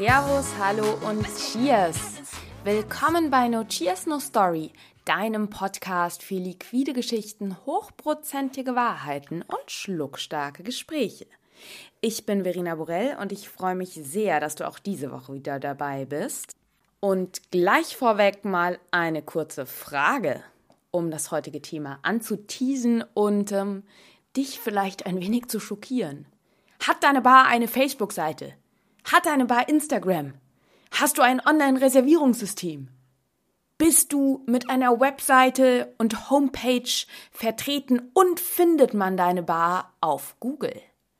Servus, hallo und Cheers! Willkommen bei No Cheers, No Story, deinem Podcast für liquide Geschichten, hochprozentige Wahrheiten und schluckstarke Gespräche. Ich bin Verena Borell und ich freue mich sehr, dass du auch diese Woche wieder dabei bist. Und gleich vorweg mal eine kurze Frage, um das heutige Thema anzuteasen und dich vielleicht ein wenig zu schockieren. Hat deine Bar eine Facebook-Seite? Hat deine Bar Instagram? Hast du ein Online-Reservierungssystem? Bist du mit einer Webseite und Homepage vertreten und findet man deine Bar auf Google?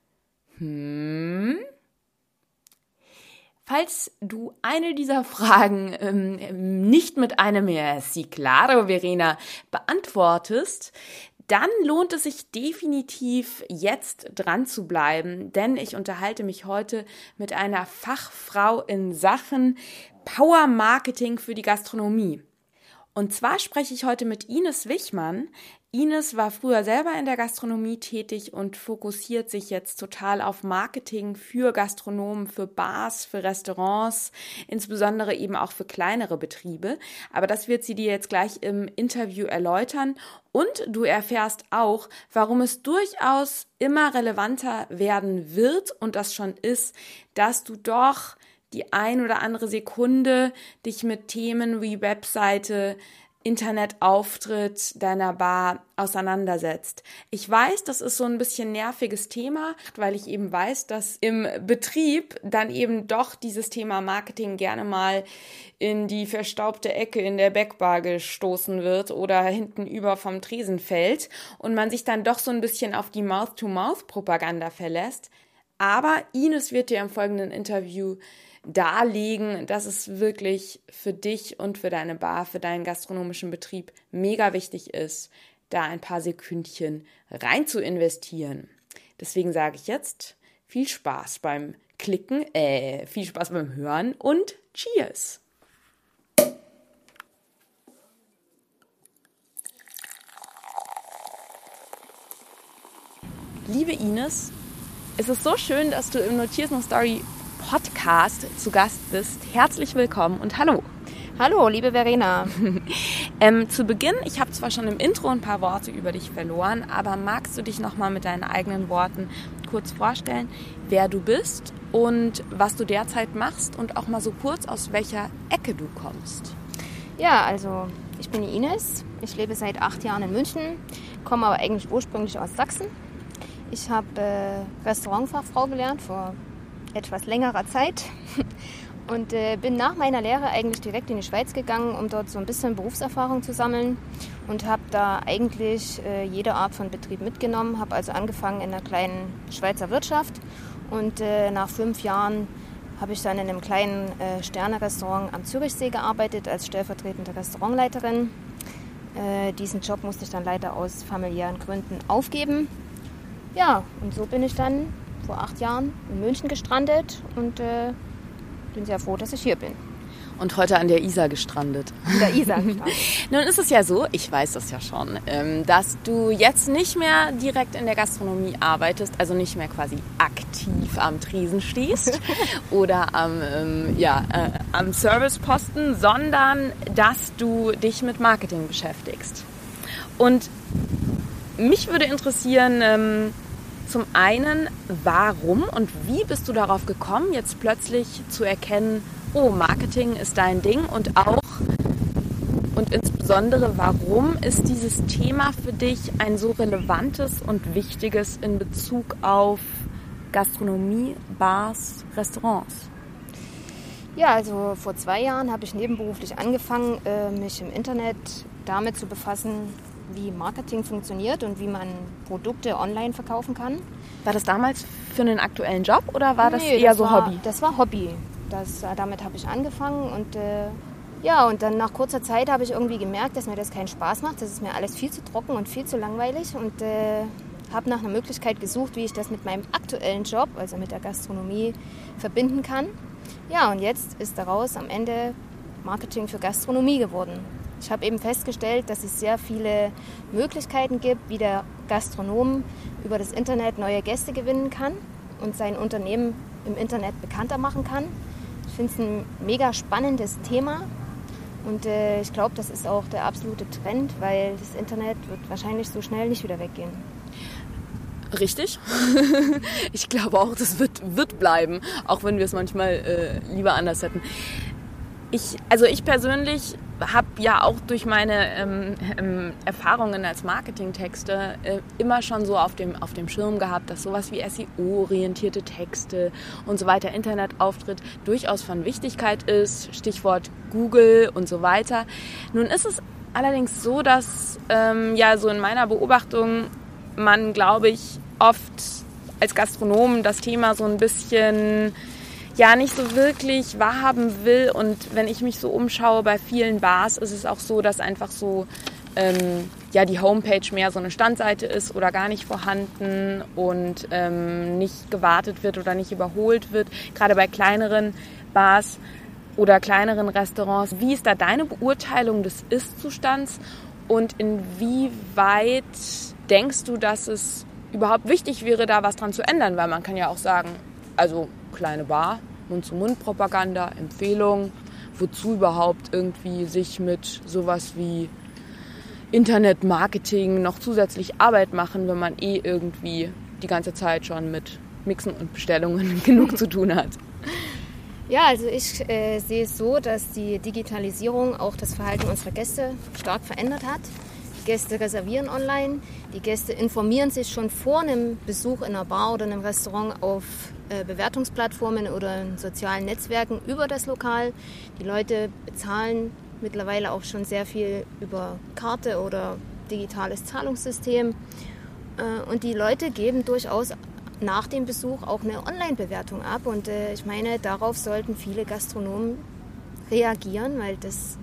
Falls du eine dieser Fragen nicht mit einem Sí, claro, Verena, beantwortest, dann lohnt es sich definitiv, jetzt dran zu bleiben, denn ich unterhalte mich heute mit einer Fachfrau in Sachen Power Marketing für die Gastronomie. Und zwar spreche ich heute mit Ines Wichmann. Ines war früher selber in der Gastronomie tätig und fokussiert sich jetzt total auf Marketing für Gastronomen, für Bars, für Restaurants, insbesondere eben auch für kleinere Betriebe. Aber das wird sie dir jetzt gleich im Interview erläutern. Und du erfährst auch, warum es durchaus immer relevanter werden wird und das schon ist, dass du doch die ein oder andere Sekunde dich mit Themen wie Webseite, Internetauftritt deiner Bar auseinandersetzt. Ich weiß, das ist so ein bisschen nerviges Thema, weil ich eben weiß, dass im Betrieb dann eben doch dieses Thema Marketing gerne mal in die verstaubte Ecke in der Backbar gestoßen wird oder hinten über vom Tresen fällt und man sich dann doch so ein bisschen auf die Mouth-to-Mouth-Propaganda verlässt. Aber Ines wird dir im folgenden Interview darlegen, dass es wirklich für dich und für deine Bar, für deinen gastronomischen Betrieb mega wichtig ist, da ein paar Sekündchen rein zu investieren. Deswegen sage ich jetzt viel Spaß beim Klicken, viel Spaß beim Hören und Cheers! Liebe Ines, es ist so schön, dass du im No Cheers, No Story Podcast zu Gast bist. Herzlich willkommen und hallo. Hallo, liebe Verena. Zu Beginn, ich habe zwar schon im Intro ein paar Worte über dich verloren, aber magst du dich nochmal mit deinen eigenen Worten kurz vorstellen, wer du bist und was du derzeit machst und auch mal so kurz, aus welcher Ecke du kommst? Ja, also ich bin die Ines. Ich lebe seit 8 Jahren in München, komme aber eigentlich ursprünglich aus Sachsen. Ich habe Restaurantfachfrau gelernt vor etwas längerer Zeit und bin nach meiner Lehre eigentlich direkt in die Schweiz gegangen, um dort so ein bisschen Berufserfahrung zu sammeln und habe da eigentlich jede Art von Betrieb mitgenommen, habe also angefangen in einer kleinen Schweizer Wirtschaft und nach 5 Jahren habe ich dann in einem kleinen Sterne-Restaurant am Zürichsee gearbeitet als stellvertretende Restaurantleiterin. Diesen Job musste ich dann leider aus familiären Gründen aufgeben. Ja, und so bin ich dann vor 8 Jahren in München gestrandet und bin sehr froh, dass ich hier bin. Und heute an der Isar gestrandet. An der Isar gestrandet. Nun ist es ja so, ich weiß das ja schon, dass du jetzt nicht mehr direkt in der Gastronomie arbeitest, also nicht mehr quasi aktiv am Tresen stehst oder am Serviceposten, sondern dass du dich mit Marketing beschäftigst. Und mich würde interessieren, zum einen, warum und wie bist du darauf gekommen, jetzt plötzlich zu erkennen, oh, Marketing ist dein Ding und insbesondere, warum ist dieses Thema für dich ein so relevantes und wichtiges in Bezug auf Gastronomie, Bars, Restaurants? Ja, also vor 2 Jahren habe ich nebenberuflich angefangen, mich im Internet damit zu befassen, wie Marketing funktioniert und wie man Produkte online verkaufen kann. War das damals für einen aktuellen Job oder war das eher so Hobby? Das war Hobby. Damit habe ich angefangen und und dann nach kurzer Zeit habe ich irgendwie gemerkt, dass mir das keinen Spaß macht. Das ist mir alles viel zu trocken und viel zu langweilig und habe nach einer Möglichkeit gesucht, wie ich das mit meinem aktuellen Job, also mit der Gastronomie, verbinden kann. Ja, und jetzt ist daraus am Ende Marketing für Gastronomie geworden. Ich habe eben festgestellt, dass es sehr viele Möglichkeiten gibt, wie der Gastronom über das Internet neue Gäste gewinnen kann und sein Unternehmen im Internet bekannter machen kann. Ich finde es ein mega spannendes Thema. Und ich glaube, das ist auch der absolute Trend, weil das Internet wird wahrscheinlich so schnell nicht wieder weggehen. Richtig. Ich glaube auch, das wird bleiben, auch wenn wir es manchmal lieber anders hätten. Ich persönlich habe ja auch durch meine Erfahrungen als Marketingtexter immer schon so auf dem Schirm gehabt, dass sowas wie SEO-orientierte Texte und so weiter, Internetauftritt durchaus von Wichtigkeit ist, Stichwort Google und so weiter. Nun ist es allerdings so, dass so in meiner Beobachtung man, glaube ich, oft als Gastronom das Thema so ein bisschen nicht so wirklich wahrhaben will. Und wenn ich mich so umschaue bei vielen Bars, ist es auch so, dass einfach so die Homepage mehr so eine Standseite ist oder gar nicht vorhanden und nicht gewartet wird oder nicht überholt wird. Gerade bei kleineren Bars oder kleineren Restaurants. Wie ist da deine Beurteilung des Ist-Zustands und inwieweit denkst du, dass es überhaupt wichtig wäre, da was dran zu ändern? Weil man kann ja auch sagen, also kleine Bar, Mund-zu-Mund-Propaganda, Empfehlung, wozu überhaupt irgendwie sich mit sowas wie Internetmarketing noch zusätzlich Arbeit machen, wenn man irgendwie die ganze Zeit schon mit Mixen und Bestellungen genug zu tun hat. Ja, also ich sehe es so, dass die Digitalisierung auch das Verhalten unserer Gäste stark verändert hat. Die Gäste reservieren online, die Gäste informieren sich schon vor einem Besuch in einer Bar oder einem Restaurant auf Bewertungsplattformen oder in sozialen Netzwerken über das Lokal. Die Leute bezahlen mittlerweile auch schon sehr viel über Karte oder digitales Zahlungssystem. Und die Leute geben durchaus nach dem Besuch auch eine Online-Bewertung ab. Und ich meine, darauf sollten viele Gastronomen reagieren, weil das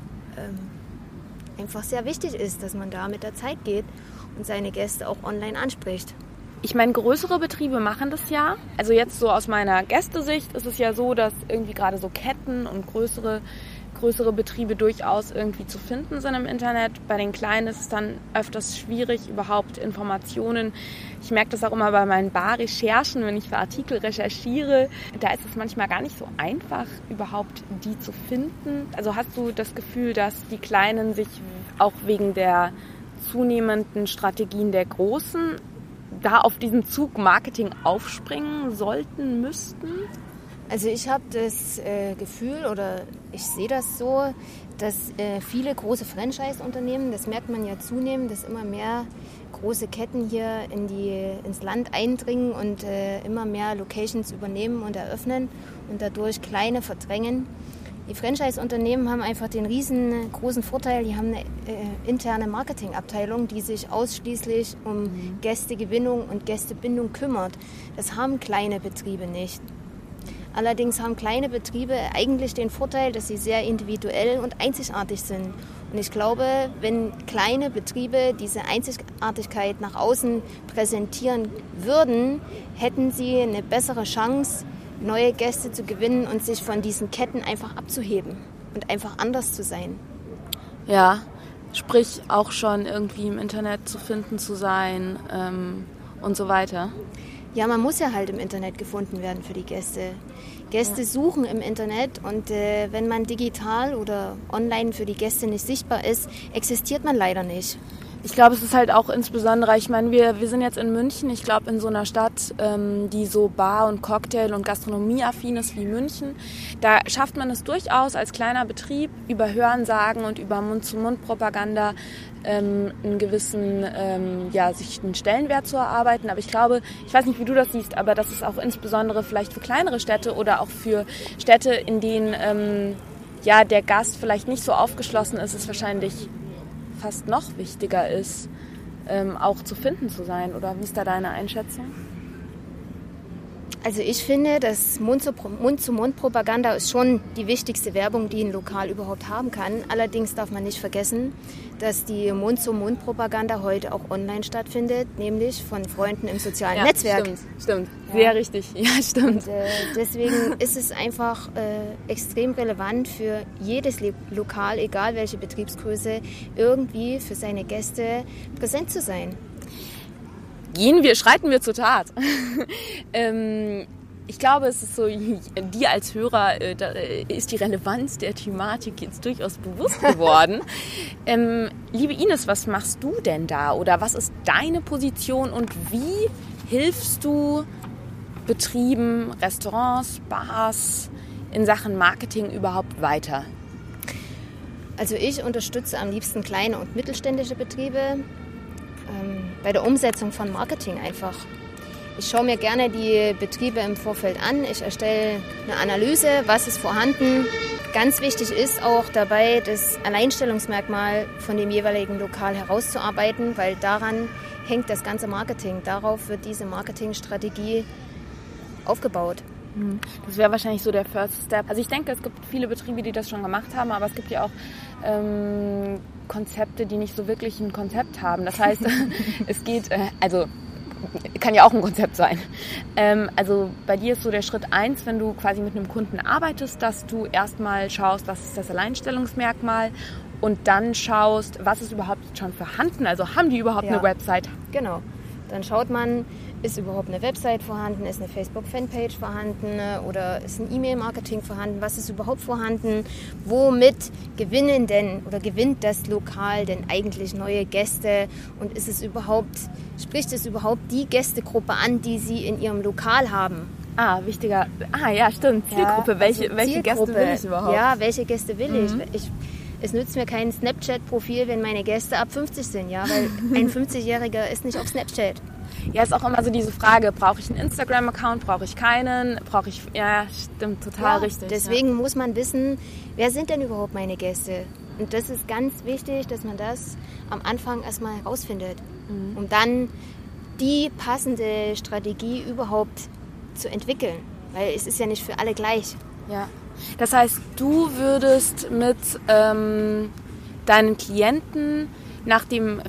einfach sehr wichtig ist, dass man da mit der Zeit geht und seine Gäste auch online anspricht. Ich meine, größere Betriebe machen das ja. Also jetzt so aus meiner Gästesicht ist es ja so, dass irgendwie gerade so Ketten und größere Betriebe durchaus irgendwie zu finden sind im Internet. Bei den Kleinen ist es dann öfters schwierig, überhaupt Informationen. Ich merke das auch immer bei meinen Bar-Recherchen, wenn ich für Artikel recherchiere. Da ist es manchmal gar nicht so einfach, überhaupt die zu finden. Also hast du das Gefühl, dass die Kleinen sich auch wegen der zunehmenden Strategien der Großen da auf diesen Zug Marketing aufspringen sollten, müssten? Also ich habe das Gefühl oder ich sehe das so, dass viele große Franchise-Unternehmen, das merkt man ja zunehmend, dass immer mehr große Ketten hier ins Land eindringen und immer mehr Locations übernehmen und eröffnen und dadurch kleine verdrängen. Die Franchise-Unternehmen haben einfach den riesengroßen Vorteil, die haben eine interne Marketingabteilung, die sich ausschließlich um Gästegewinnung und Gästebindung kümmert. Das haben kleine Betriebe nicht. Allerdings haben kleine Betriebe eigentlich den Vorteil, dass sie sehr individuell und einzigartig sind. Und ich glaube, wenn kleine Betriebe diese Einzigartigkeit nach außen präsentieren würden, hätten sie eine bessere Chance, neue Gäste zu gewinnen und sich von diesen Ketten einfach abzuheben und einfach anders zu sein. Ja, sprich auch schon irgendwie im Internet zu finden zu sein und so weiter. Ja, man muss ja halt im Internet gefunden werden für die Gäste. Gäste suchen im Internet und wenn man digital oder online für die Gäste nicht sichtbar ist, existiert man leider nicht. Ich glaube, es ist halt auch insbesondere, ich meine, wir sind jetzt in München, ich glaube in so einer Stadt, die so Bar- und Cocktail- und Gastronomie-affin ist wie München. Da schafft man es durchaus als kleiner Betrieb über Hörensagen und über Mund-zu-Mund-Propaganda einen gewissen, sich einen Stellenwert zu erarbeiten. Aber ich glaube, ich weiß nicht, wie du das siehst, aber das ist auch insbesondere vielleicht für kleinere Städte oder auch für Städte, in denen der Gast vielleicht nicht so aufgeschlossen ist, ist wahrscheinlich fast noch wichtiger ist, auch zu finden zu sein. Oder wie ist da deine Einschätzung? Also ich finde, dass Mund-zu-Mund-Propaganda ist schon die wichtigste Werbung, die ein Lokal überhaupt haben kann. Allerdings darf man nicht vergessen, dass die Mund-zu-Mund-Propaganda heute auch online stattfindet, nämlich von Freunden im sozialen Netzwerk. Stimmt. Sehr Ja. richtig. Ja, stimmt. Und, deswegen ist es einfach extrem relevant für jedes Lokal, egal welche Betriebsgröße, irgendwie für seine Gäste präsent zu sein. Schreiten wir zur Tat. Ich glaube, es ist so, dir als Hörer ist die Relevanz der Thematik jetzt durchaus bewusst geworden. Liebe Ines, was machst du denn da? Oder was ist deine Position und wie hilfst du Betrieben, Restaurants, Bars in Sachen Marketing überhaupt weiter? Also ich unterstütze am liebsten kleine und mittelständische Betriebe bei der Umsetzung von Marketing einfach. Ich schaue mir gerne die Betriebe im Vorfeld an. Ich erstelle eine Analyse, was ist vorhanden. Ganz wichtig ist auch dabei, das Alleinstellungsmerkmal von dem jeweiligen Lokal herauszuarbeiten, weil daran hängt das ganze Marketing. Darauf wird diese Marketingstrategie aufgebaut. Das wäre wahrscheinlich so der First Step. Also ich denke, es gibt viele Betriebe, die das schon gemacht haben, aber es gibt ja auch Konzepte, die nicht so wirklich ein Konzept haben. Das heißt, es geht, kann ja auch ein Konzept sein. Also bei dir ist so der Schritt 1, wenn du quasi mit einem Kunden arbeitest, dass du erstmal schaust, was ist das Alleinstellungsmerkmal und dann schaust, was ist überhaupt schon vorhanden. Also haben die überhaupt eine Website? Genau. Dann schaut man, ist überhaupt eine Website vorhanden, ist eine Facebook-Fanpage vorhanden oder ist ein E-Mail-Marketing vorhanden, was ist überhaupt vorhanden, womit gewinnt das Lokal denn eigentlich neue Gäste und spricht es überhaupt die Gästegruppe an, die sie in ihrem Lokal haben? Ja, stimmt, Zielgruppe, Ja, welche Zielgruppe. Gäste will ich überhaupt? Ja, welche Gäste will ich? Es nützt mir kein Snapchat-Profil, wenn meine Gäste ab 50 sind, ja, weil ein 50-Jähriger ist nicht auf Snapchat. Ja, ist auch immer so diese Frage, brauche ich einen Instagram-Account, brauche ich keinen, ja, stimmt, total richtig. Deswegen muss man wissen, wer sind denn überhaupt meine Gäste? Und das ist ganz wichtig, dass man das am Anfang erstmal herausfindet, um dann die passende Strategie überhaupt zu entwickeln, weil es ist ja nicht für alle gleich. Ja. Das heißt, du würdest mit deinen Klienten nach dem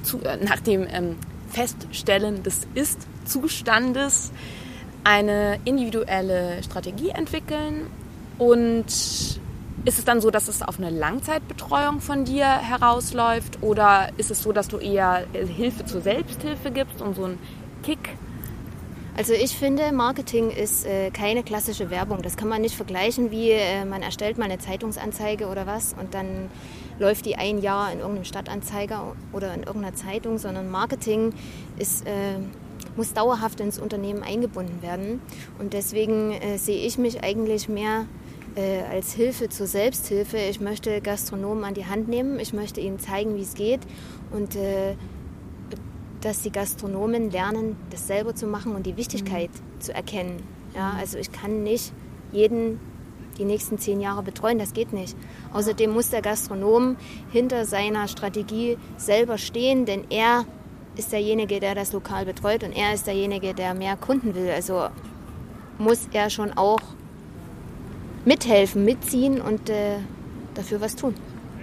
Feststellen des Ist-Zustandes eine individuelle Strategie entwickeln und ist es dann so, dass es auf eine Langzeitbetreuung von dir herausläuft oder ist es so, dass du eher Hilfe zur Selbsthilfe gibst und so einen Kick? Also ich finde, Marketing ist keine klassische Werbung. Das kann man nicht vergleichen, wie man erstellt mal eine Zeitungsanzeige oder was und dann läuft die ein Jahr in irgendeinem Stadtanzeiger oder in irgendeiner Zeitung, sondern Marketing muss dauerhaft ins Unternehmen eingebunden werden. Und deswegen sehe ich mich eigentlich mehr als Hilfe zur Selbsthilfe. Ich möchte Gastronomen an die Hand nehmen, ich möchte ihnen zeigen, wie es geht und dass die Gastronomen lernen, das selber zu machen und die Wichtigkeit zu erkennen. Ja, also ich kann nicht jeden die nächsten 10 Jahre betreuen, das geht nicht. Außerdem muss der Gastronom hinter seiner Strategie selber stehen, denn er ist derjenige, der das Lokal betreut und er ist derjenige, der mehr Kunden will. Also muss er schon auch mithelfen, mitziehen und dafür was tun.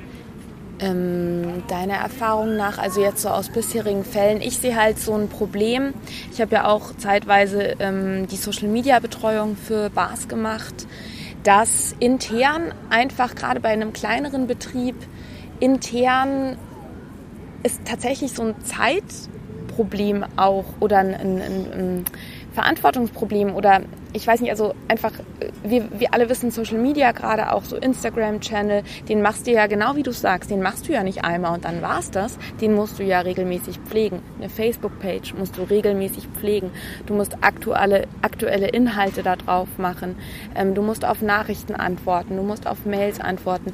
Deiner Erfahrung nach, also jetzt so aus bisherigen Fällen, ich sehe halt so ein Problem. Ich habe ja auch zeitweise die Social-Media-Betreuung für Bars gemacht, dass intern einfach gerade bei einem kleineren Betrieb intern ist tatsächlich so ein Zeitproblem auch oder ein Verantwortungsproblem oder ich weiß nicht, also einfach, wir alle wissen, Social Media, gerade auch so Instagram-Channel, den machst du ja genau wie du sagst, den machst du ja nicht einmal und dann war's das, den musst du ja regelmäßig pflegen. Eine Facebook-Page musst du regelmäßig pflegen. Du musst aktuelle Inhalte da drauf machen. Du musst auf Nachrichten antworten, du musst auf Mails antworten.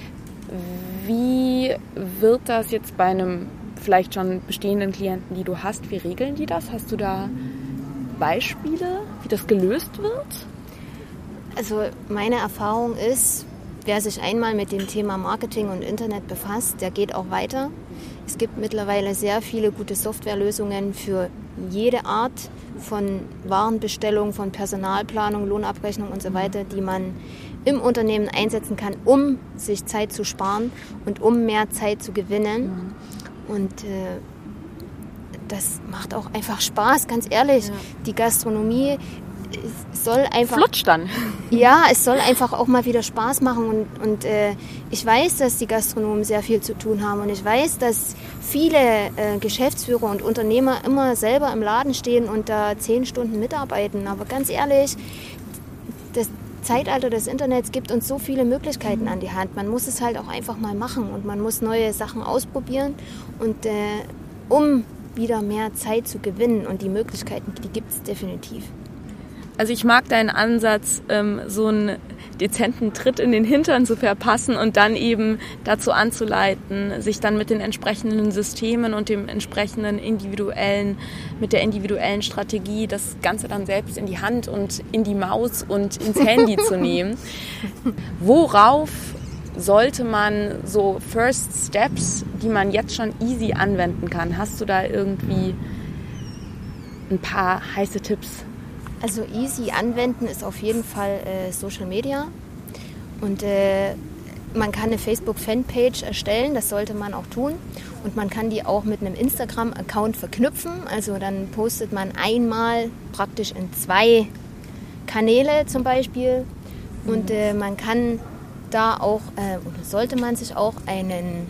Wie wird das jetzt bei einem vielleicht schon bestehenden Klienten, die du hast, wie regeln die das? Hast du da Beispiele, wie das gelöst wird? Also meine Erfahrung ist, wer sich einmal mit dem Thema Marketing und Internet befasst, der geht auch weiter. Es gibt mittlerweile sehr viele gute Softwarelösungen für jede Art von Warenbestellung, von Personalplanung, Lohnabrechnung und so weiter, die man im Unternehmen einsetzen kann, um sich Zeit zu sparen und um mehr Zeit zu gewinnen. Und das macht auch einfach Spaß, ganz ehrlich. Ja. Die Gastronomie es soll einfach... Flutscht dann. Ja, es soll einfach auch mal wieder Spaß machen und ich weiß, dass die Gastronomen sehr viel zu tun haben und ich weiß, dass viele Geschäftsführer und Unternehmer immer selber im Laden stehen und da 10 Stunden mitarbeiten. Aber ganz ehrlich, das Zeitalter des Internets gibt uns so viele Möglichkeiten an die Hand. Man muss es halt auch einfach mal machen und man muss neue Sachen ausprobieren und um wieder mehr Zeit zu gewinnen und die Möglichkeiten, die gibt es definitiv. Also ich mag deinen Ansatz, so einen dezenten Tritt in den Hintern zu verpassen und dann eben dazu anzuleiten, sich dann mit den entsprechenden Systemen und dem entsprechenden mit der individuellen Strategie das Ganze dann selbst in die Hand und in die Maus und ins Handy zu nehmen. Worauf sollte man so First Steps, die man jetzt schon easy anwenden kann? Hast du da irgendwie ein paar heiße Tipps? Also easy anwenden ist auf jeden Fall Social Media und man kann eine Facebook-Fanpage erstellen, das sollte man auch tun und man kann die auch mit einem Instagram-Account verknüpfen, also dann postet man einmal praktisch in 2 Kanäle zum Beispiel und man kann da auch, oder sollte man sich auch einen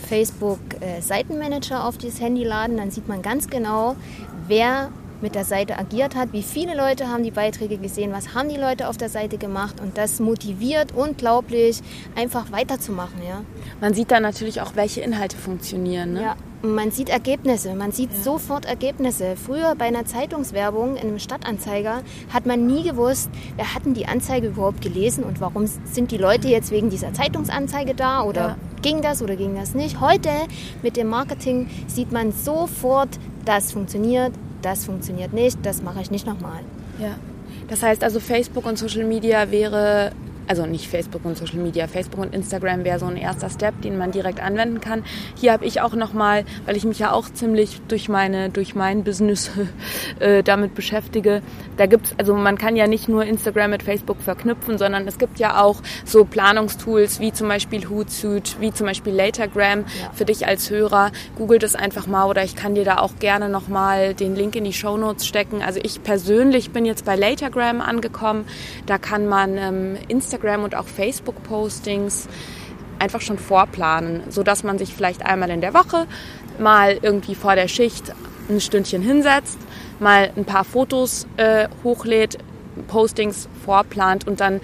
Facebook-Seitenmanager auf das Handy laden, dann sieht man ganz genau, wer mit der Seite agiert hat, wie viele Leute haben die Beiträge gesehen, was haben die Leute auf der Seite gemacht und das motiviert unglaublich, einfach weiterzumachen. Ja. Man sieht dann natürlich auch, welche Inhalte funktionieren. Ne? Ja, und man sieht Ergebnisse, man sieht sofort Ergebnisse. Früher bei einer Zeitungswerbung in einem Stadtanzeiger hat man nie gewusst, wer hat denn die Anzeige überhaupt gelesen und warum sind die Leute jetzt wegen dieser Zeitungsanzeige da oder ging das oder ging das nicht. Heute mit dem Marketing sieht man sofort, das funktioniert nicht, das mache ich nicht nochmal. Ja, das heißt also Facebook und Social Media wäre, also nicht Facebook und Social Media, Facebook und Instagram wäre so ein erster Step, den man direkt anwenden kann. Hier habe ich auch nochmal, weil ich mich ja auch ziemlich durch mein Business damit beschäftige, da gibt's, also man kann ja nicht nur Instagram mit Facebook verknüpfen, sondern es gibt ja auch so Planungstools wie zum Beispiel Hootsuite, wie zum Beispiel Latergram für dich als Hörer. Google das einfach mal oder ich kann dir da auch gerne nochmal den Link in die Shownotes stecken. Also ich persönlich bin jetzt bei Latergram angekommen, da kann man Instagram und auch Facebook-Postings einfach schon vorplanen, sodass man sich vielleicht einmal in der Woche mal irgendwie vor der Schicht ein Stündchen hinsetzt, mal ein paar Fotos hochlädt, Postings vorplant und dann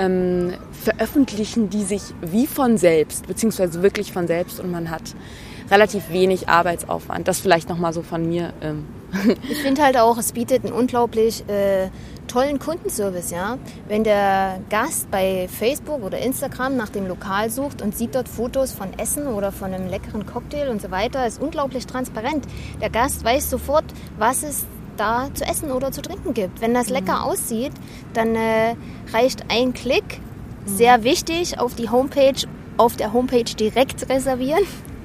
veröffentlichen die sich wie von selbst, beziehungsweise wirklich von selbst und man hat relativ wenig Arbeitsaufwand. Das vielleicht nochmal so von mir. Ich finde halt auch, es bietet einen unglaublich tollen Kundenservice, ja. Wenn der Gast bei Facebook oder Instagram nach dem Lokal sucht und sieht dort Fotos von Essen oder von einem leckeren Cocktail und so weiter, ist unglaublich transparent. Der Gast weiß sofort, was es da zu essen oder zu trinken gibt. Wenn das lecker aussieht, dann reicht ein Klick. Sehr wichtig, auf der Homepage direkt reservieren.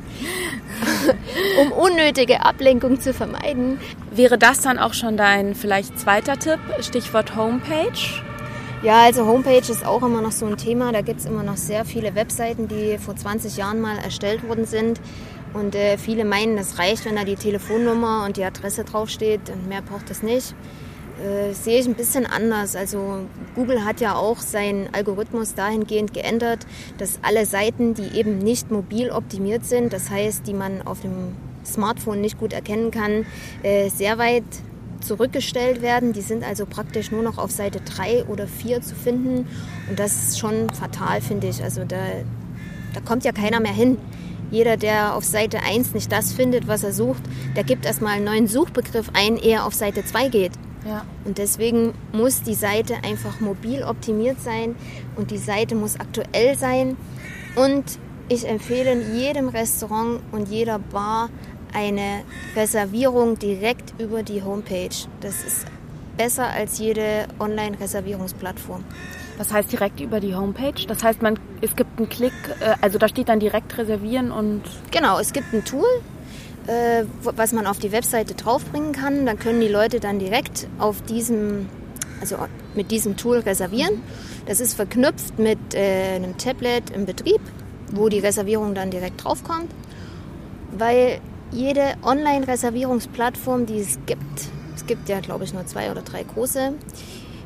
Um unnötige Ablenkung zu vermeiden. Wäre das dann auch schon dein vielleicht zweiter Tipp, Stichwort Homepage? Ja, also Homepage ist auch immer noch so ein Thema. Da gibt es immer noch sehr viele Webseiten, die vor 20 Jahren mal erstellt worden sind. Und viele meinen, das reicht, wenn da die Telefonnummer und die Adresse draufsteht und mehr braucht es nicht. Sehe ich ein bisschen anders. Also Google hat ja auch seinen Algorithmus dahingehend geändert, dass alle Seiten, die eben nicht mobil optimiert sind, das heißt, die man auf dem Smartphone nicht gut erkennen kann, sehr weit zurückgestellt werden. Die sind also praktisch nur noch auf Seite 3 oder 4 zu finden. Und das ist schon fatal, finde ich. Also da kommt ja keiner mehr hin. Jeder, der auf Seite 1 nicht das findet, was er sucht, der gibt erstmal einen neuen Suchbegriff ein, ehe er auf Seite 2 geht. Ja. Und deswegen muss die Seite einfach mobil optimiert sein und die Seite muss aktuell sein. Und ich empfehle jedem Restaurant und jeder Bar eine Reservierung direkt über die Homepage. Das ist besser als jede Online-Reservierungsplattform. Was heißt direkt über die Homepage? Das heißt, es gibt einen Klick, also da steht dann direkt reservieren und... Genau, es gibt ein Tool, was man auf die Webseite draufbringen kann. Dann können die Leute dann direkt mit diesem Tool reservieren. Das ist verknüpft mit einem Tablet im Betrieb, wo die Reservierung dann direkt draufkommt. Weil jede Online-Reservierungsplattform, die es gibt ja, glaube ich, nur 2 oder 3 große,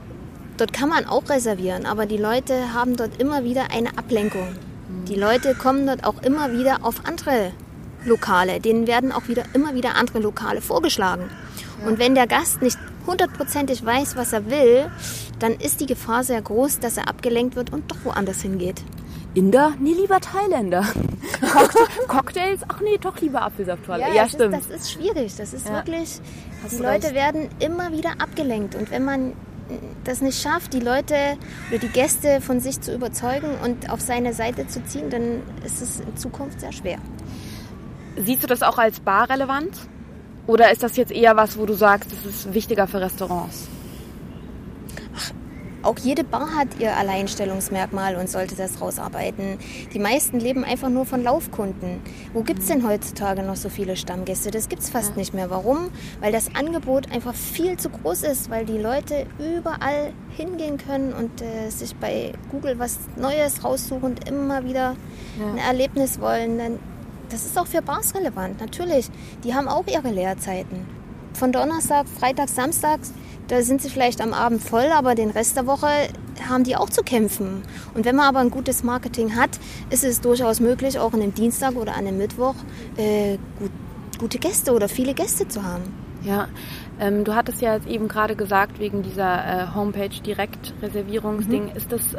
dort kann man auch reservieren, aber die Leute haben dort immer wieder eine Ablenkung. Die Leute kommen dort auch immer wieder auf andere Lokale. Denen werden auch immer wieder andere Lokale vorgeschlagen. Ja. Und wenn der Gast nicht 100%ig weiß, was er will, dann ist die Gefahr sehr groß, dass er abgelenkt wird und doch woanders hingeht. Inder? Nee, lieber Thailänder. Cocktails? Ach nee, doch lieber Apfelsafttorte. Ja, stimmt. Das ist schwierig. Das ist wirklich... Die Leute werden immer wieder abgelenkt. Und wenn man das nicht schafft, die Leute oder die Gäste von sich zu überzeugen und auf seine Seite zu ziehen, dann ist es in Zukunft sehr schwer. Siehst du das auch als barrelevant? Oder ist das jetzt eher was, wo du sagst, das ist wichtiger für Restaurants? Auch jede Bar hat ihr Alleinstellungsmerkmal und sollte das rausarbeiten. Die meisten leben einfach nur von Laufkunden. Wo gibt es denn heutzutage noch so viele Stammgäste? Das gibt es fast nicht mehr. Warum? Weil das Angebot einfach viel zu groß ist, weil die Leute überall hingehen können und sich bei Google was Neues raussuchen und immer wieder ein Erlebnis wollen. Das ist auch für Bars relevant, natürlich. Die haben auch ihre Leerzeiten. Von Donnerstag, Freitag, Samstag, da sind sie vielleicht am Abend voll, aber den Rest der Woche haben die auch zu kämpfen. Und wenn man aber ein gutes Marketing hat, ist es durchaus möglich, auch an einem Dienstag oder an einem Mittwoch gute Gäste oder viele Gäste zu haben. Ja, du hattest ja jetzt eben gerade gesagt, wegen dieser Homepage-Direkt-Reservierungsding,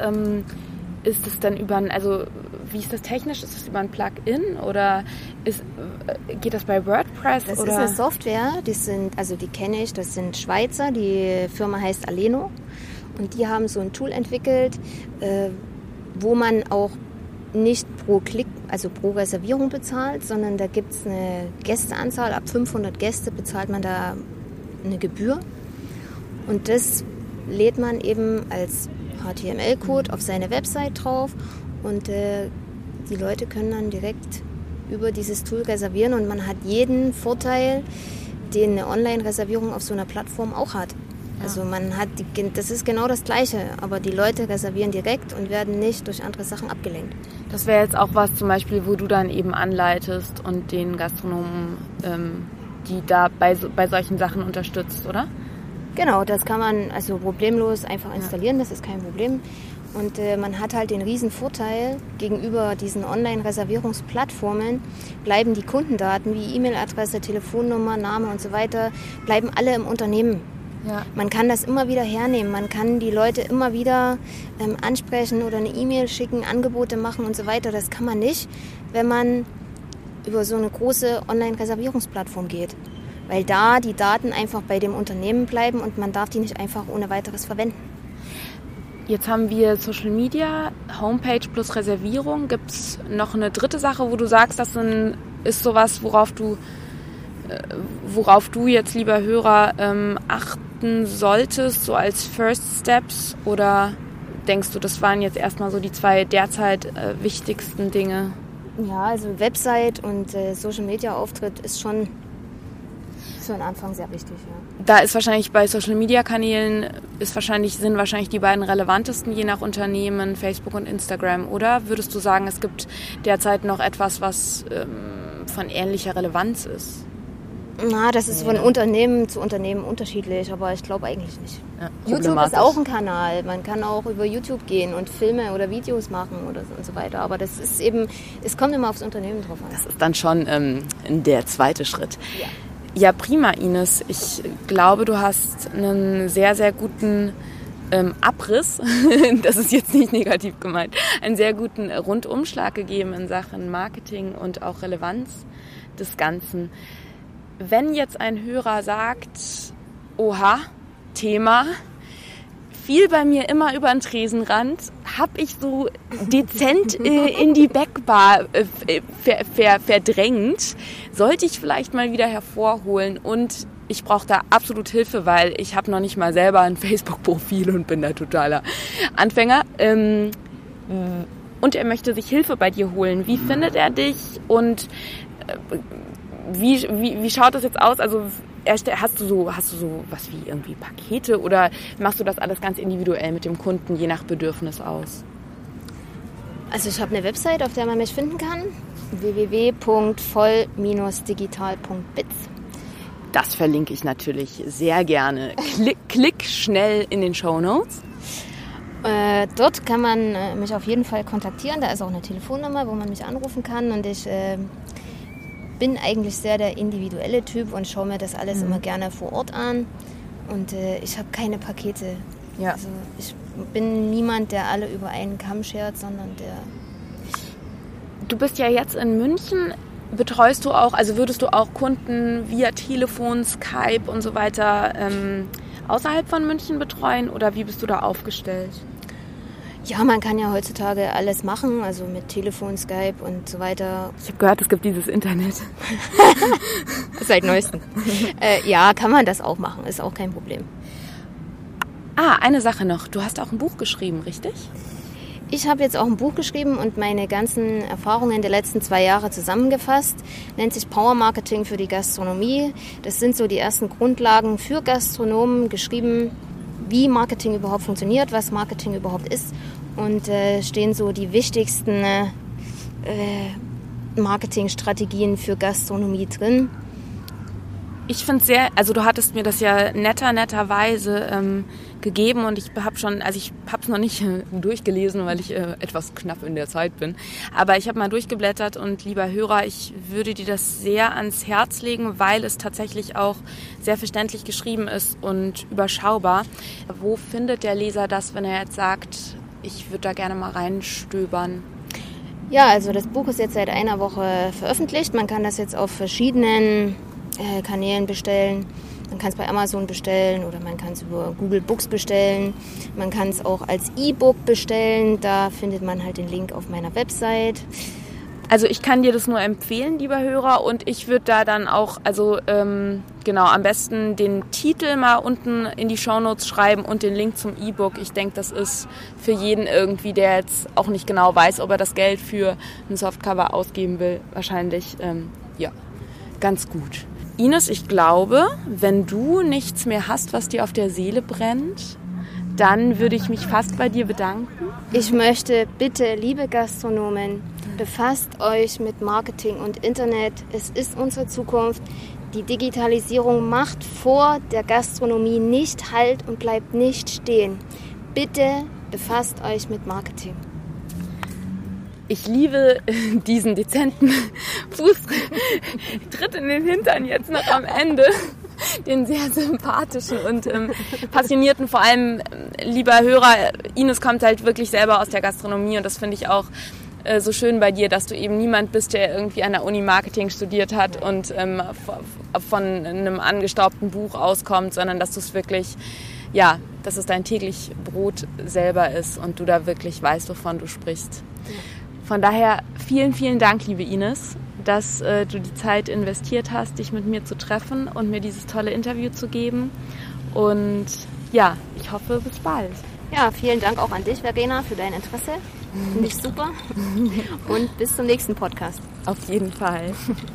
ist das dann wie ist das technisch? Ist das über ein Plugin oder geht das bei WordPress? Das oder? Ist eine Software, die kenne ich, das sind Schweizer, die Firma heißt Aleno und die haben so ein Tool entwickelt, wo man auch nicht pro Klick, also pro Reservierung bezahlt, sondern da gibt es eine Gästeanzahl, ab 500 Gäste bezahlt man da eine Gebühr und das lädt man eben als HTML-Code auf seine Website drauf und die Leute können dann direkt über dieses Tool reservieren und man hat jeden Vorteil, den eine Online-Reservierung auf so einer Plattform auch hat. Also das ist genau das Gleiche, aber die Leute reservieren direkt und werden nicht durch andere Sachen abgelenkt. Das wäre jetzt auch was zum Beispiel, wo du dann eben anleitest und den Gastronomen, die da bei solchen Sachen unterstützt, oder? Genau, das kann man also problemlos einfach installieren, das ist kein Problem. Und man hat halt den riesen Vorteil, gegenüber diesen Online-Reservierungsplattformen bleiben die Kundendaten wie E-Mail-Adresse, Telefonnummer, Name und so weiter, bleiben alle im Unternehmen. Ja. Man kann das immer wieder hernehmen, man kann die Leute immer wieder ansprechen oder eine E-Mail schicken, Angebote machen und so weiter. Das kann man nicht, wenn man über so eine große Online-Reservierungsplattform geht. Weil da die Daten einfach bei dem Unternehmen bleiben und man darf die nicht einfach ohne weiteres verwenden. Jetzt haben wir Social Media, Homepage plus Reservierung. Gibt es noch eine dritte Sache, wo du sagst, das ist sowas, worauf du jetzt, lieber Hörer, achten solltest, so als First Steps? Oder denkst du, das waren jetzt erstmal so die 2 derzeit wichtigsten Dinge? Ja, also Website und Social Media Auftritt ist schon für den Anfang sehr wichtig, ja. Da ist wahrscheinlich bei Social-Media-Kanälen sind wahrscheinlich die beiden relevantesten je nach Unternehmen, Facebook und Instagram. Oder würdest du sagen, es gibt derzeit noch etwas, was von ähnlicher Relevanz ist? Na, das ist von Unternehmen zu Unternehmen unterschiedlich, aber ich glaube eigentlich nicht. Ja, YouTube ist auch ein Kanal. Man kann auch über YouTube gehen und Filme oder Videos machen und so weiter. Aber das ist eben, es kommt immer aufs Unternehmen drauf an. Das ist dann schon der zweite Schritt. Ja. Ja, prima, Ines. Ich glaube, du hast einen sehr, sehr guten Abriss, das ist jetzt nicht negativ gemeint, einen sehr guten Rundumschlag gegeben in Sachen Marketing und auch Relevanz des Ganzen. Wenn jetzt ein Hörer sagt, oha, Thema, fiel bei mir immer über den Tresenrand, habe ich so dezent in die Backbar verdrängt, sollte ich vielleicht mal wieder hervorholen und ich brauche da absolut Hilfe, weil ich habe noch nicht mal selber ein Facebook-Profil und bin da totaler Anfänger. Und er möchte sich Hilfe bei dir holen. Wie findet er dich und wie schaut das jetzt aus? Also hast du so was wie irgendwie Pakete oder machst du das alles ganz individuell mit dem Kunden, je nach Bedürfnis aus? Also ich habe eine Website, auf der man mich finden kann, www.voll-digital.biz. Das verlinke ich natürlich sehr gerne. Klick schnell in den Shownotes. Dort kann man mich auf jeden Fall kontaktieren. Da ist auch eine Telefonnummer, wo man mich anrufen kann. Und ich bin eigentlich sehr der individuelle Typ und schaue mir das alles immer gerne vor Ort an. Und ich habe keine Pakete. Ja. Also ich bin niemand, der alle über einen Kamm schert, sondern Du bist ja jetzt in München. Betreust du auch, also würdest du auch Kunden via Telefon, Skype und so weiter außerhalb von München betreuen oder wie bist du da aufgestellt? Ja, man kann ja heutzutage alles machen, also mit Telefon, Skype und so weiter. Ich habe gehört, es gibt dieses Internet. Seit neuestem. Ja, kann man das auch machen, ist auch kein Problem. Eine Sache noch. Du hast auch ein Buch geschrieben, richtig? Ich habe jetzt auch ein Buch geschrieben und meine ganzen Erfahrungen der letzten 2 Jahre zusammengefasst. Nennt sich Power Marketing für die Gastronomie. Das sind so die ersten Grundlagen für Gastronomen, geschrieben, wie Marketing überhaupt funktioniert, was Marketing überhaupt ist. Und stehen so die wichtigsten Marketingstrategien für Gastronomie drin. Ich finde es sehr, also du hattest mir das ja netterweise gegeben und ich habe es noch nicht durchgelesen, weil ich etwas knapp in der Zeit bin. Aber ich habe mal durchgeblättert und lieber Hörer, ich würde dir das sehr ans Herz legen, weil es tatsächlich auch sehr verständlich geschrieben ist und überschaubar. Wo findet der Leser das, wenn er jetzt sagt, ich würde da gerne mal reinstöbern? Ja, also das Buch ist jetzt seit einer Woche veröffentlicht. Man kann das jetzt auf verschiedenen Kanälen bestellen. Man kann es bei Amazon bestellen oder man kann es über Google Books bestellen. Man kann es auch als E-Book bestellen. Da findet man halt den Link auf meiner Website. Also ich kann dir das nur empfehlen, lieber Hörer. Und ich würde da dann auch, am besten den Titel mal unten in die Shownotes schreiben und den Link zum E-Book. Ich denke, das ist für jeden irgendwie, der jetzt auch nicht genau weiß, ob er das Geld für ein Softcover ausgeben will, wahrscheinlich, ganz gut. Ines, ich glaube, wenn du nichts mehr hast, was dir auf der Seele brennt, dann würde ich mich fast bei dir bedanken. Ich möchte bitte, liebe Gastronomen, befasst euch mit Marketing und Internet. Es ist unsere Zukunft. Die Digitalisierung macht vor der Gastronomie nicht Halt und bleibt nicht stehen. Bitte befasst euch mit Marketing. Ich liebe diesen dezenten Fußtritt in den Hintern jetzt noch am Ende. Den sehr sympathischen und passionierten, vor allem, lieber Hörer, Ines kommt halt wirklich selber aus der Gastronomie und das finde ich auch so schön bei dir, dass du eben niemand bist, der irgendwie an der Uni Marketing studiert hat und von einem angestaubten Buch auskommt, sondern dass du es wirklich, dass es dein täglich Brot selber ist und du da wirklich weißt, wovon du sprichst. Von daher vielen, vielen Dank, liebe Ines, dass du die Zeit investiert hast, dich mit mir zu treffen und mir dieses tolle Interview zu geben. Und ich hoffe, bis bald. Ja, vielen Dank auch an dich, Verena, für dein Interesse. Finde ich super. Und bis zum nächsten Podcast. Auf jeden Fall.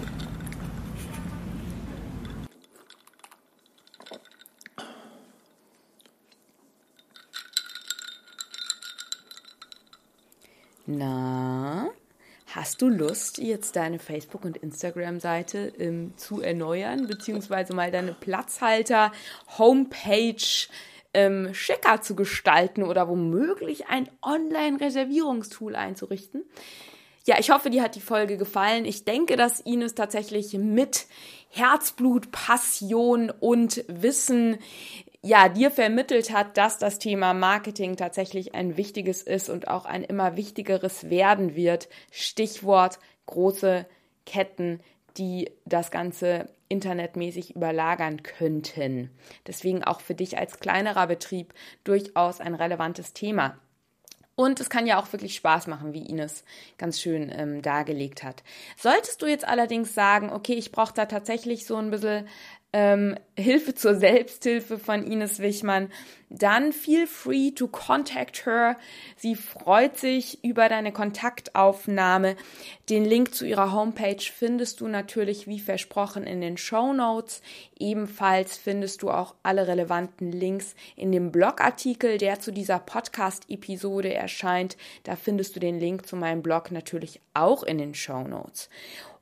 Na, hast du Lust, jetzt deine Facebook- und Instagram-Seite zu erneuern, beziehungsweise mal deine Platzhalter-Homepage schicker zu gestalten oder womöglich ein Online-Reservierungstool einzurichten? Ja, ich hoffe, dir hat die Folge gefallen. Ich denke, dass Ines tatsächlich mit Herzblut, Passion und Wissen dir vermittelt hat, dass das Thema Marketing tatsächlich ein wichtiges ist und auch ein immer wichtigeres werden wird. Stichwort große Ketten, die das Ganze internetmäßig überlagern könnten. Deswegen auch für dich als kleinerer Betrieb durchaus ein relevantes Thema. Und es kann ja auch wirklich Spaß machen, wie Ines ganz schön dargelegt hat. Solltest du jetzt allerdings sagen, okay, ich brauche da tatsächlich so ein bisschen Hilfe zur Selbsthilfe von Ines Wichmann, dann feel free to contact her. Sie freut sich über deine Kontaktaufnahme. Den Link zu ihrer Homepage findest du natürlich wie versprochen in den Shownotes. Ebenfalls findest du auch alle relevanten Links in dem Blogartikel, der zu dieser Podcast-Episode erscheint. Da findest du den Link zu meinem Blog natürlich auch in den Shownotes.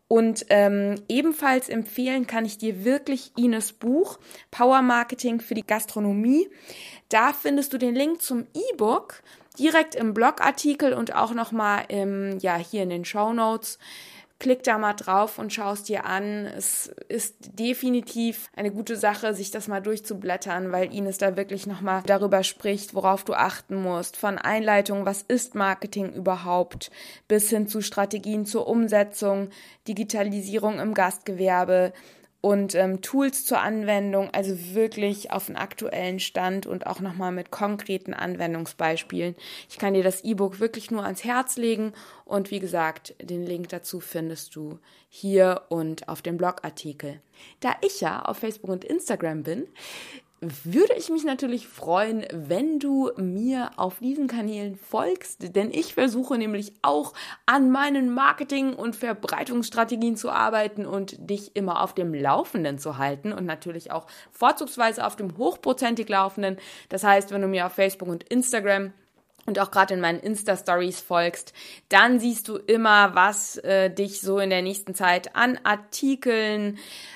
Und ebenfalls empfehlen kann ich dir wirklich Ines Buch, Power Marketing für die Gastronomie. Da findest du den Link zum E-Book direkt im Blogartikel und auch nochmal hier in den Shownotes. Klick da mal drauf und schau es dir an. Es ist definitiv eine gute Sache, sich das mal durchzublättern, weil Ines da wirklich nochmal darüber spricht, worauf du achten musst. Von Einleitung, was ist Marketing überhaupt, bis hin zu Strategien zur Umsetzung, Digitalisierung im Gastgewerbe und Tools zur Anwendung, also wirklich auf den aktuellen Stand und auch nochmal mit konkreten Anwendungsbeispielen. Ich kann dir das E-Book wirklich nur ans Herz legen und wie gesagt, den Link dazu findest du hier und auf dem Blogartikel. Da ich ja auf Facebook und Instagram bin, würde ich mich natürlich freuen, wenn du mir auf diesen Kanälen folgst, denn ich versuche nämlich auch an meinen Marketing- und Verbreitungsstrategien zu arbeiten und dich immer auf dem Laufenden zu halten und natürlich auch vorzugsweise auf dem hochprozentig Laufenden. Das heißt, wenn du mir auf Facebook und Instagram und auch gerade in meinen Insta-Stories folgst, dann siehst du immer, was dich so in der nächsten Zeit an Artikeln,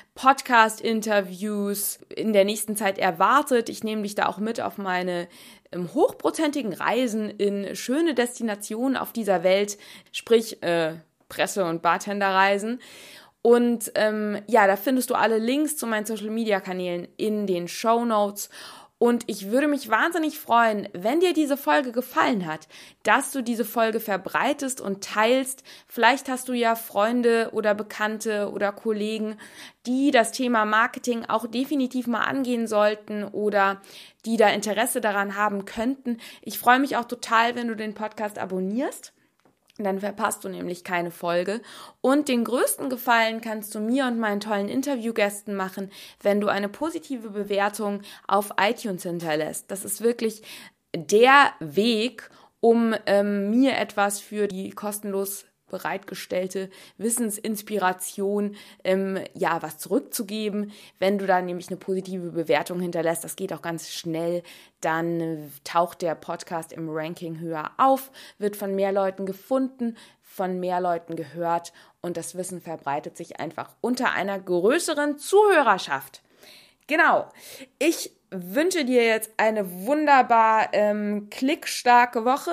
Podcast-Interviews in der nächsten Zeit erwartet. Ich nehme dich da auch mit auf meine hochprozentigen Reisen in schöne Destinationen auf dieser Welt, sprich Presse- und Bartenderreisen. Und da findest du alle Links zu meinen Social-Media-Kanälen in den Shownotes. Und ich würde mich wahnsinnig freuen, wenn dir diese Folge gefallen hat, dass du diese Folge verbreitest und teilst. Vielleicht hast du ja Freunde oder Bekannte oder Kollegen, die das Thema Marketing auch definitiv mal angehen sollten oder die da Interesse daran haben könnten. Ich freue mich auch total, wenn du den Podcast abonnierst. Dann verpasst du nämlich keine Folge. Und den größten Gefallen kannst du mir und meinen tollen Interviewgästen machen, wenn du eine positive Bewertung auf iTunes hinterlässt. Das ist wirklich der Weg, um mir etwas für die kostenlos bereitgestellte Wissensinspiration was zurückzugeben. Wenn du da nämlich eine positive Bewertung hinterlässt, das geht auch ganz schnell, dann taucht der Podcast im Ranking höher auf, wird von mehr Leuten gefunden, von mehr Leuten gehört und das Wissen verbreitet sich einfach unter einer größeren Zuhörerschaft. Genau, ich wünsche dir jetzt eine wunderbar klickstarke Woche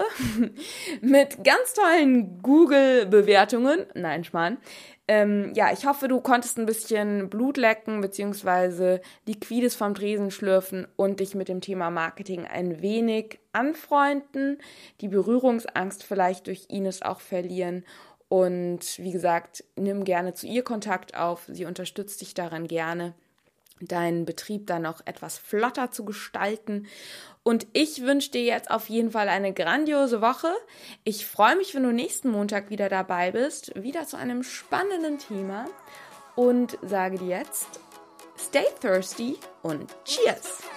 mit ganz tollen Google-Bewertungen. Nein, Schmarrn. Ich hoffe, du konntest ein bisschen Blut lecken bzw. Liquides vom Tresen schlürfen und dich mit dem Thema Marketing ein wenig anfreunden, die Berührungsangst vielleicht durch Ines auch verlieren. Und wie gesagt, nimm gerne zu ihr Kontakt auf. Sie unterstützt dich daran gerne, deinen Betrieb dann noch etwas flotter zu gestalten. Und ich wünsche dir jetzt auf jeden Fall eine grandiose Woche. Ich freue mich, wenn du nächsten Montag wieder dabei bist, wieder zu einem spannenden Thema und sage dir jetzt, stay thirsty und cheers!